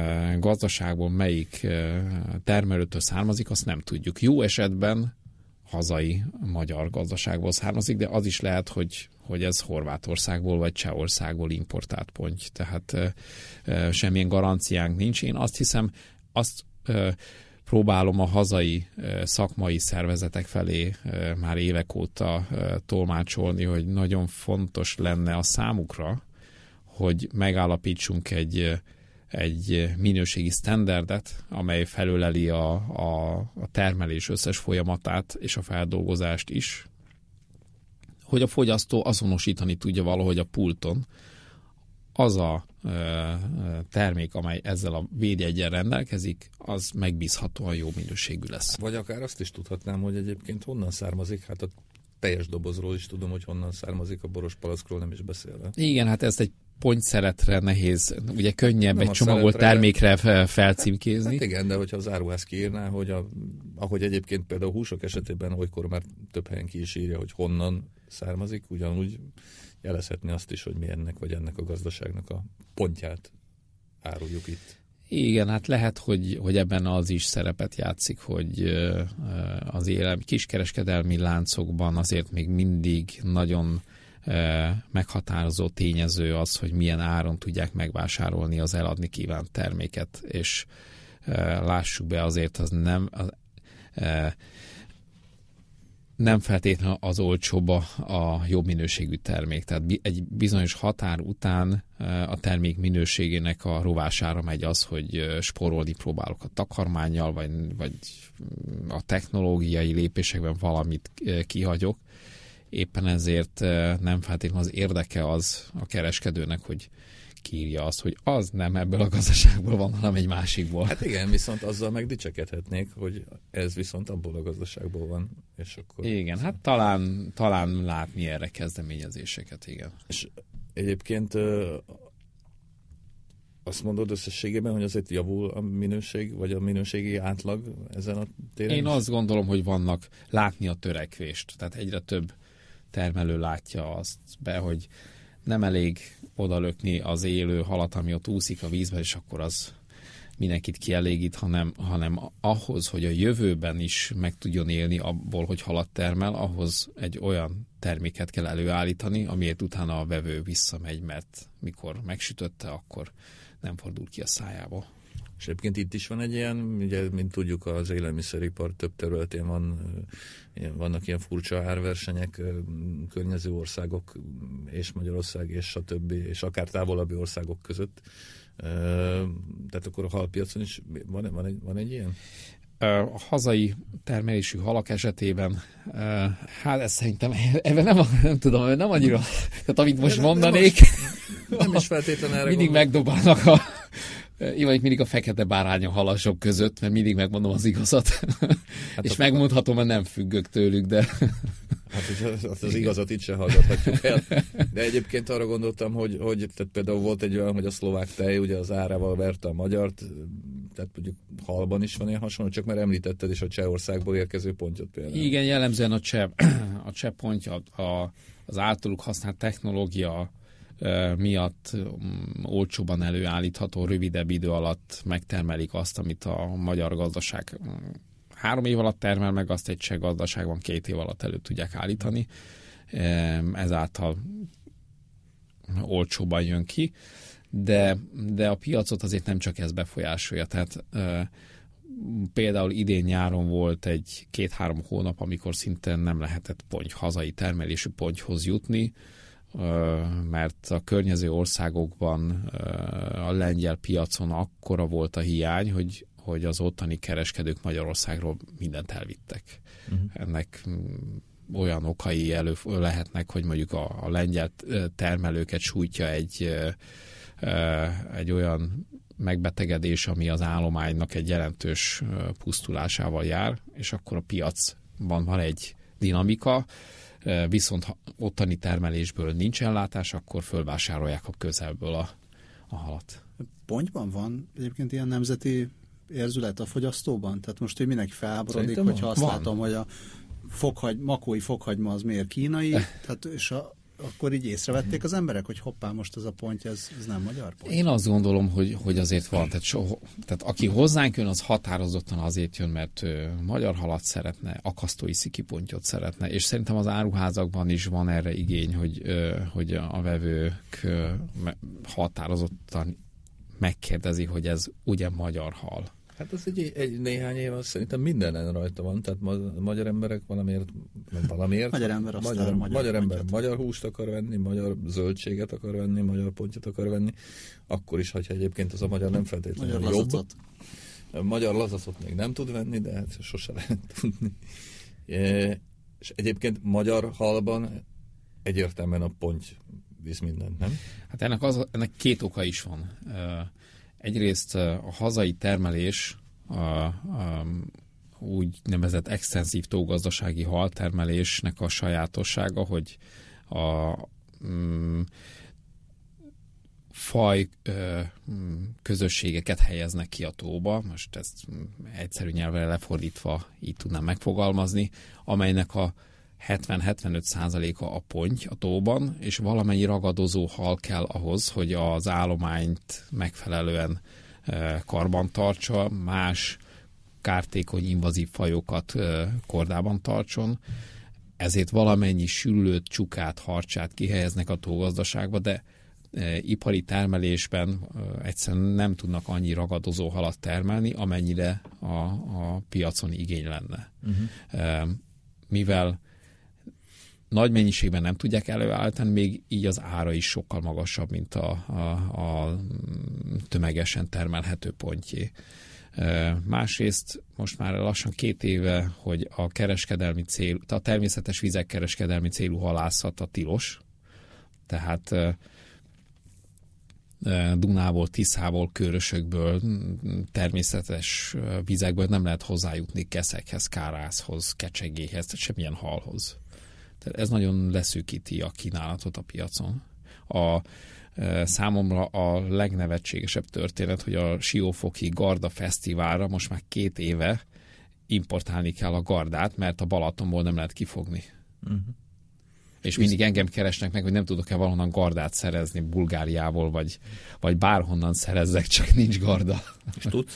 gazdaságból, melyik termelőtől származik, azt nem tudjuk. Jó esetben, hazai magyar gazdaságból származik, de az is lehet, hogy ez Horvátországból vagy Csehországból importált ponty. Tehát semmilyen garanciánk nincs. Én azt hiszem, próbálom a hazai szakmai szervezetek felé már évek óta tolmácsolni, hogy nagyon fontos lenne a számukra, hogy megállapítsunk egy minőségi sztenderdet, amely felöleli a termelés összes folyamatát és a feldolgozást is, hogy a fogyasztó azonosítani tudja valahogy a pulton az a termék, amely ezzel a védjeggyel rendelkezik, az megbízhatóan jó minőségű lesz. Vagy akár azt is tudhatnám, hogy egyébként honnan származik, hát a teljes dobozról is tudom, hogy honnan származik, a boros palackról nem is beszélve. Igen, hát ezt egy pontyszeretre nehéz, ugye könnyebb egy csomagolt termékre felcímkézni. Hát igen, de hogyha az áruház kiírná, hogy ahogy egyébként például húsok esetében olykor már több helyen ki is írja, hogy honnan származik, ugyanúgy jelezhetni azt is, hogy mi ennek vagy ennek a gazdaságnak a pontját áruljuk itt. Igen, hát lehet, hogy ebben az is szerepet játszik, hogy az kiskereskedelmi láncokban azért még mindig nagyon meghatározó tényező az, hogy milyen áron tudják megvásárolni az eladni kívánt terméket, és lássuk be, azért az nem feltétlenül az olcsóbb a jobb minőségű termék. Tehát egy bizonyos határ után a termék minőségének a rovására megy az, hogy spórolni próbálok a takarmánnyal, vagy a technológiai lépésekben valamit kihagyok. Éppen ezért nem feltétlenül az érdeke az a kereskedőnek, hogy kiírja azt, hogy az nem ebből a gazdaságból van, hanem egy másikból. Hát igen, viszont azzal meg dicsekedhetnék, hogy ez viszont abból a gazdaságból van. És akkor igen, hát talán látni erre kezdeményezéseket, igen. És egyébként azt mondod összességében, hogy azért javul a minőség, vagy a minőségi átlag ezen a téren? Én azt gondolom, hogy vannak látni a törekvést. Tehát egyre több termelő látja azt be, hogy nem elég odalökni az élő halat, ami ott úszik a vízben, és akkor az mindenkit kielégít, hanem ahhoz, hogy a jövőben is meg tudjon élni abból, hogy halat termel, ahhoz egy olyan terméket kell előállítani, amiért utána a vevő visszamegy, mert mikor megsütötte, akkor nem fordul ki a szájába. És egyébként itt is van egy ilyen, ugye, mint tudjuk, az élelmiszeripar több területén vannak ilyen furcsa árversenyek, környező országok és Magyarország és stb. És akár távolabbi országok között. Tehát akkor a halpiacon is van egy ilyen? A hazai termelésű halak esetében, hát ez szerintem ebben nem tudom, nem annyira, tehát amit most mondanék, nem is feltétlenül erre mindig megdobálnak én vagyok mindig a fekete bárány a halasok között, mert mindig megmondom az igazat. Hát és megmondhatom, mert nem függök tőlük, de... Hát az igazat itt se hallgathatjuk el. De egyébként arra gondoltam, hogy tehát például volt egy olyan, hogy a szlovák tej ugye az árával verte a magyart, tehát mondjuk halban is van ilyen hasonló, csak már említetted is a Csehországból érkező pontyot például. Igen, jellemzően a cseh pontja az általuk használt technológia miatt olcsóban előállítható, rövidebb idő alatt megtermelik azt, amit a magyar gazdaság 3 év alatt termel meg, azt egy cseh gazdaságban 2 év alatt elő tudják állítani. Ezáltal olcsóban jön ki, de a piacot azért nem csak ez befolyásolja. Tehát például idén nyáron volt egy 2-3 hónap, amikor szinte nem lehetett hazai termelésű pontyhoz jutni, mert a környező országokban a lengyel piacon akkora volt a hiány, hogy az ottani kereskedők Magyarországról mindent elvittek. Ennek olyan okai lehetnek, hogy mondjuk a lengyel termelőket sújtja egy olyan megbetegedés, ami az állománynak egy jelentős pusztulásával jár, és akkor a piacban van egy dinamika, viszont ottani termelésből nincs ellátás, akkor fölvásárolják a közelből a halat. Pontyban van egyébként ilyen nemzeti érzület a fogyasztóban? Tehát most én mindenki felháborodik, hogyha azt látom, hogy a makói fokhagyma az miért kínai, tehát, és akkor így észrevették az emberek, hogy hoppá, most ez a pontja, ez nem magyar pont? Én azt gondolom, hogy azért van. Tehát aki hozzánk jön, az határozottan azért jön, mert magyar halat szeretne, akasztói szikipontyot szeretne, és szerintem az áruházakban is van erre igény, hogy a vevők határozottan megkérdezi, hogy ez ugye magyar hal. Hát ez egy néhány év, szerintem mindenen rajta van, tehát magyar emberek valamiért magyar ember magyar húst akar venni, magyar zöldséget akar venni, magyar pontyot akar venni, akkor is, hogyha egyébként az a magyar nem feltétlenül magyar jobb. lazacot. Magyar lazacot még nem tud venni, de hát sose lehet tudni. És egyébként magyar halban egyértelműen a ponty visz mindent, nem? Hát ennek két oka is van. Egyrészt a hazai termelés, úgy nevezett extenzív tógazdasági haltermelésnek a sajátossága, hogy a faj közösségeket helyeznek ki a tóba, most ezt egyszerű nyelvre lefordítva így tudnám megfogalmazni, amelynek a 70-75%-a a ponty a tóban, és valamennyi ragadozó hal kell ahhoz, hogy az állományt megfelelően karbantartsa, más kártékony invazív fajokat kordában tartson. Ezért valamennyi sülőt, csukát, harcsát kihelyeznek a tógazdaságba, de ipari termelésben egyszerűen nem tudnak annyi ragadozó halat termelni, amennyire a piacon igény lenne. Mivel nagy mennyiségben nem tudják előállítani, még így az ára is sokkal magasabb, mint a tömegesen termelhető pontyé. Másrészt most már lassan 2 éve, hogy a kereskedelmi cél, a természetes vizek kereskedelmi célú halászata tilos, tehát Dunából, Tiszából, Körösökből, természetes vizekből nem lehet hozzájutni keszekhez, kárászhoz, kecsegéhez, semmilyen halhoz. Tehát ez nagyon leszűkíti a kínálatot a piacon. Számomra a legnevetségesebb történet, hogy a Siófoki Garda Fesztiválra most már 2 éve importálni kell a gardát, mert a Balatonból nem lehet kifogni. És mindig engem keresnek meg, hogy nem tudok-e valahonnan gardát szerezni Bulgáriából, vagy bárhonnan szerezzek, csak nincs garda. És tudsz?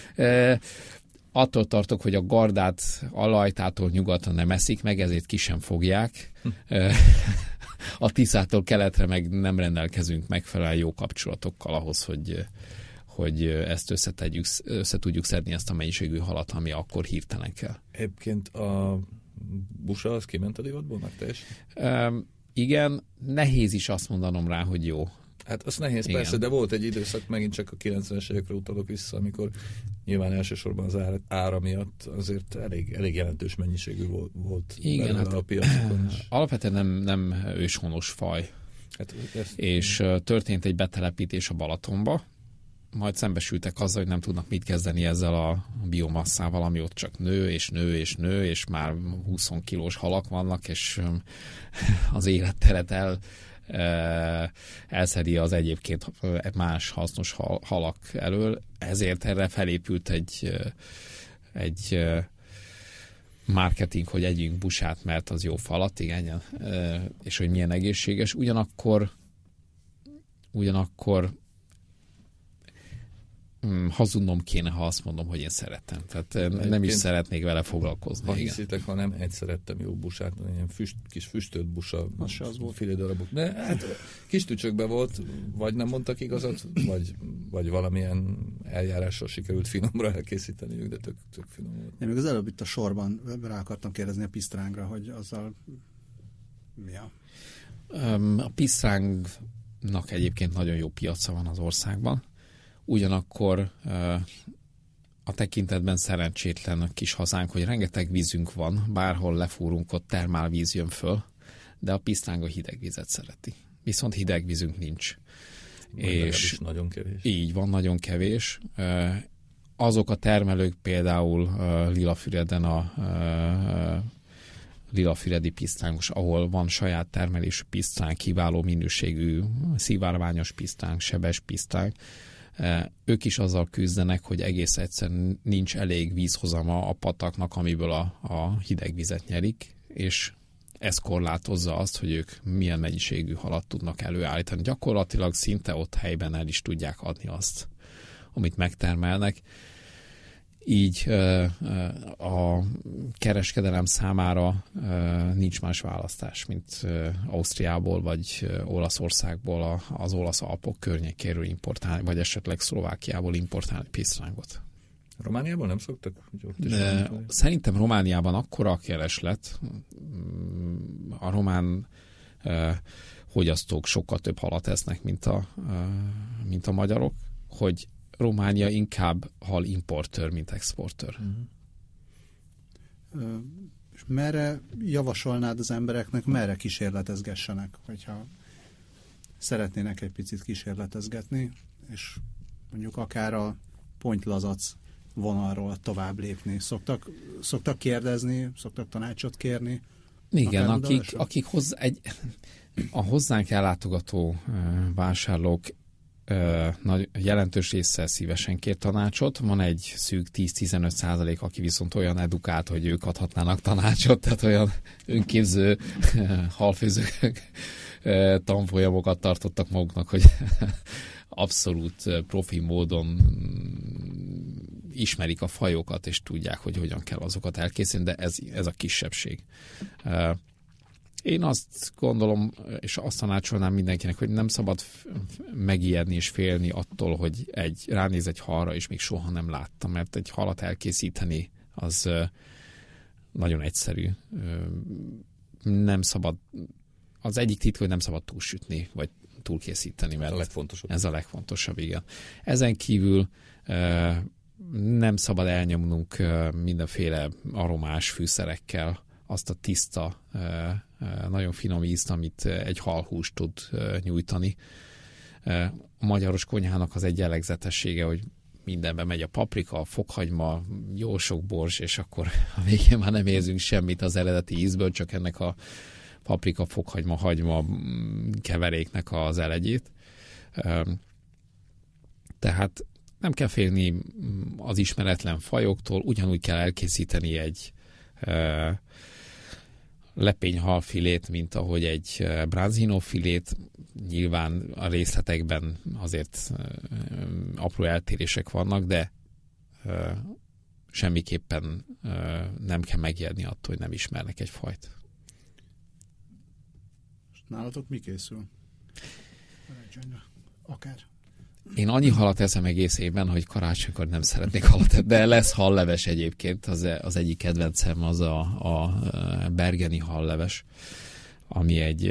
Attól tartok, hogy a gardát Alajtától nyugatra nem eszik meg, ezért ki sem fogják. A Tiszától keletre meg nem rendelkezünk megfelelően jó kapcsolatokkal ahhoz, hogy ezt össze tudjuk szedni ezt a mennyiségű halat, ami akkor hirtelen kell. Egyébként a busa az kiment a divatból meg Igen, nehéz is azt mondanom rá, hogy jó. Hát az nehéz, igen. Persze, de volt egy időszak, megint csak a 90-es évekre utalok vissza, amikor nyilván elsősorban az ára miatt azért elég jelentős mennyiségű volt igen, hát a piacokon is. Alapvetően nem őshonos faj. Hát, és történt egy betelepítés a Balatonba, majd szembesültek azzal, hogy nem tudnak mit kezdeni ezzel a biomasszával, ami ott csak nő, és nő, és nő, és már 20 kilós halak vannak, és az életteret elszedi az egyébként más hasznos halak elől. Ezért erre felépült egy marketing, hogy együnk busát, mert az jó falat, igen, és hogy milyen egészséges. Ugyanakkor hazudnom kéne, ha azt mondom, hogy én szeretem. Tehát nem is szeretnék vele foglalkozni. Ha hiszitek, ha nem, szerettem jó busát, ilyen kis füstölt busa, filédarabok. De hát kis tücsökben volt, vagy nem mondtak igazat, vagy valamilyen eljárással sikerült finomra elkészíteniük, de tök finom volt. Én még az előbb itt a sorban rá akartam kérdezni a pisztrángra, hogy azzal mi a... A pisztrángnak egyébként nagyon jó piaca van az országban. Ugyanakkor a tekintetben szerencsétlen a kis hazánk, hogy rengeteg vízünk van, bárhol lefúrunk, ott termálvíz jön föl, de a pisztráng a hideg vizet szereti. Viszont hideg vízünk nincs. És nagyon kevés. Így van, nagyon kevés. Azok a termelők például Lilafüreden a lilafüredi pisztrángos, ahol van saját termelésű pisztráng, kiváló minőségű szivárványos pisztráng, sebes pisztráng, ők is azzal küzdenek, hogy egész egyszerűen nincs elég vízhozama a pataknak, amiből a hideg vizet nyerik, és ez korlátozza azt, hogy ők milyen mennyiségű halat tudnak előállítani. Gyakorlatilag szinte ott helyben el is tudják adni azt, amit megtermelnek. Így a kereskedelem számára nincs más választás, mint Ausztriából vagy Olaszországból az olasz Alpok környékéről importálni, vagy esetleg Szlovákiából importálni pisztrángot. Romániában nem szoktak? Szerintem Romániában akkora a kereslet, a román fogyasztók sokkal több halat esznek, mint a magyarok, hogy Románia inkább hal importőr, mint exportőr. És merre javasolnád az embereknek, merre kísérletezgessenek, hogyha szeretnének egy picit kísérletezgetni, és mondjuk akár a Ponty-Lazac vonalról tovább lépni. Szoktak kérdezni, szoktak tanácsot kérni? Igen, akik a hozzánk ellátogató vásárlók nagy jelentős része szívesen kér tanácsot. Van egy szűk 10-15%, aki viszont olyan edukált, hogy ők adhatnának tanácsot, tehát olyan önképző halfőzők tanfolyamokat tartottak maguknak, hogy abszolút profi módon ismerik a fajokat, és tudják, hogy hogyan kell azokat elkészíteni, de ez a kisebbség. Én azt gondolom, és azt tanácsolnám mindenkinek, hogy nem szabad megijedni és félni attól, hogy ránéz egy halra, és még soha nem láttam, mert egy halat elkészíteni az nagyon egyszerű. Nem szabad, az egyik titka, hogy nem szabad túlsütni, vagy túlkészíteni, mert ez a legfontosabb, igen. Ezen kívül nem szabad elnyomnunk mindenféle aromás fűszerekkel azt a tiszta, nagyon finom ízt, amit egy halhús tud nyújtani. A magyaros konyhának az egy jellegzetessége, hogy mindenben megy a paprika, a fokhagyma, jó sok bors, és akkor a végén már nem érzünk semmit az eredeti ízből, csak ennek a paprika, fokhagyma, hagyma keveréknek az elegyét. Tehát nem kell félni az ismeretlen fajoktól, ugyanúgy kell elkészíteni egy lepényhalfilét, mint ahogy egy branzino filét. Nyilván a részletekben azért apró eltérések vannak, de semmiképpen nem kell megijedni attól, hogy nem ismernek egy fajt. Nálatok mi készül? Akár. Én annyi halat eszem egész évben, hogy karácsonykor nem szeretnék halat enni, de lesz halleves egyébként. Az egyik kedvencem az a bergeni halleves, ami egy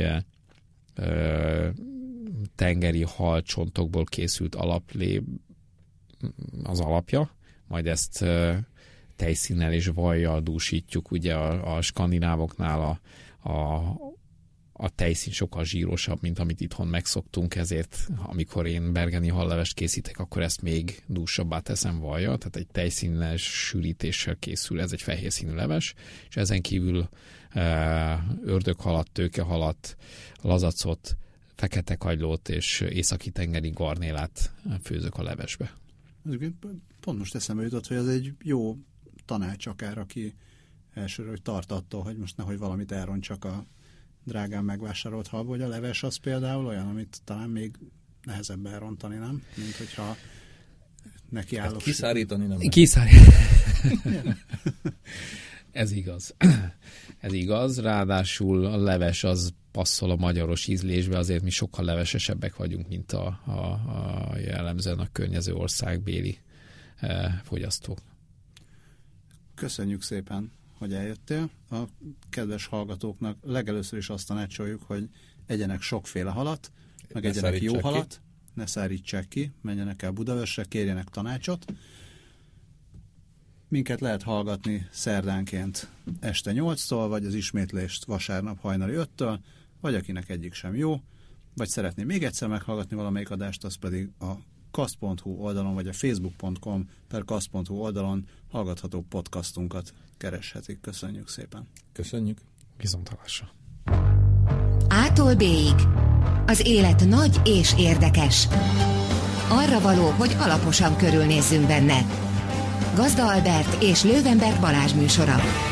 tengeri halcsontokból készült alaplé az alapja, majd ezt tejszínnel és vajjal dúsítjuk. Ugye a skandinávoknál a tejszín sokkal zsírosabb, mint amit itthon megszoktunk, ezért amikor én bergeni hallevest készítek, akkor ezt még dúsabbá teszem vajjal, tehát egy tejszínes sűrítéssel készül, ez egy fehér színű leves, és ezen kívül ördöghalat, tőkehalat, lazacot, fekete kagylót és északi tengeri garnélát főzök a levesbe. Pont most eszembe jutott, hogy ez egy jó tanács akár, aki elsőre, hogy tart attól, hogy most nehogy valamit elrontsak a drágán megvásárolt halból, hogy a leves az például olyan, amit talán még nehezebb elrontani, nem? Mint hogyha nekiállok. Hát kiszárítani nem. Ez igaz. Ez igaz, ráadásul a leves az passzol a magyaros ízlésbe, azért mi sokkal levesesebbek vagyunk, mint a jellemzően a környező országbéli fogyasztók. Köszönjük szépen, hogy eljöttél. A kedves hallgatóknak legelőször is azt tanácsoljuk, hogy egyenek sokféle halat, meg egyenek jó halat, ne szárítsák ki, menjenek el Budaörsre, kérjenek tanácsot. Minket lehet hallgatni szerdánként este 8-tól, vagy az ismétlést vasárnap hajnali 5-től, vagy akinek egyik sem jó, vagy szeretné még egyszer meghallgatni valamelyik adást, az pedig a kast.hu oldalon, vagy a facebook.com/kast.hu oldalon hallgatható podcastunkat kereshetik. Köszönjük szépen. Köszönjük. Viszonthallásra. A-tól B-ig. Az élet nagy és érdekes. Arra való, hogy alaposan körülnézzünk benne. Gazda Albert és Löwenberg Balázs műsora.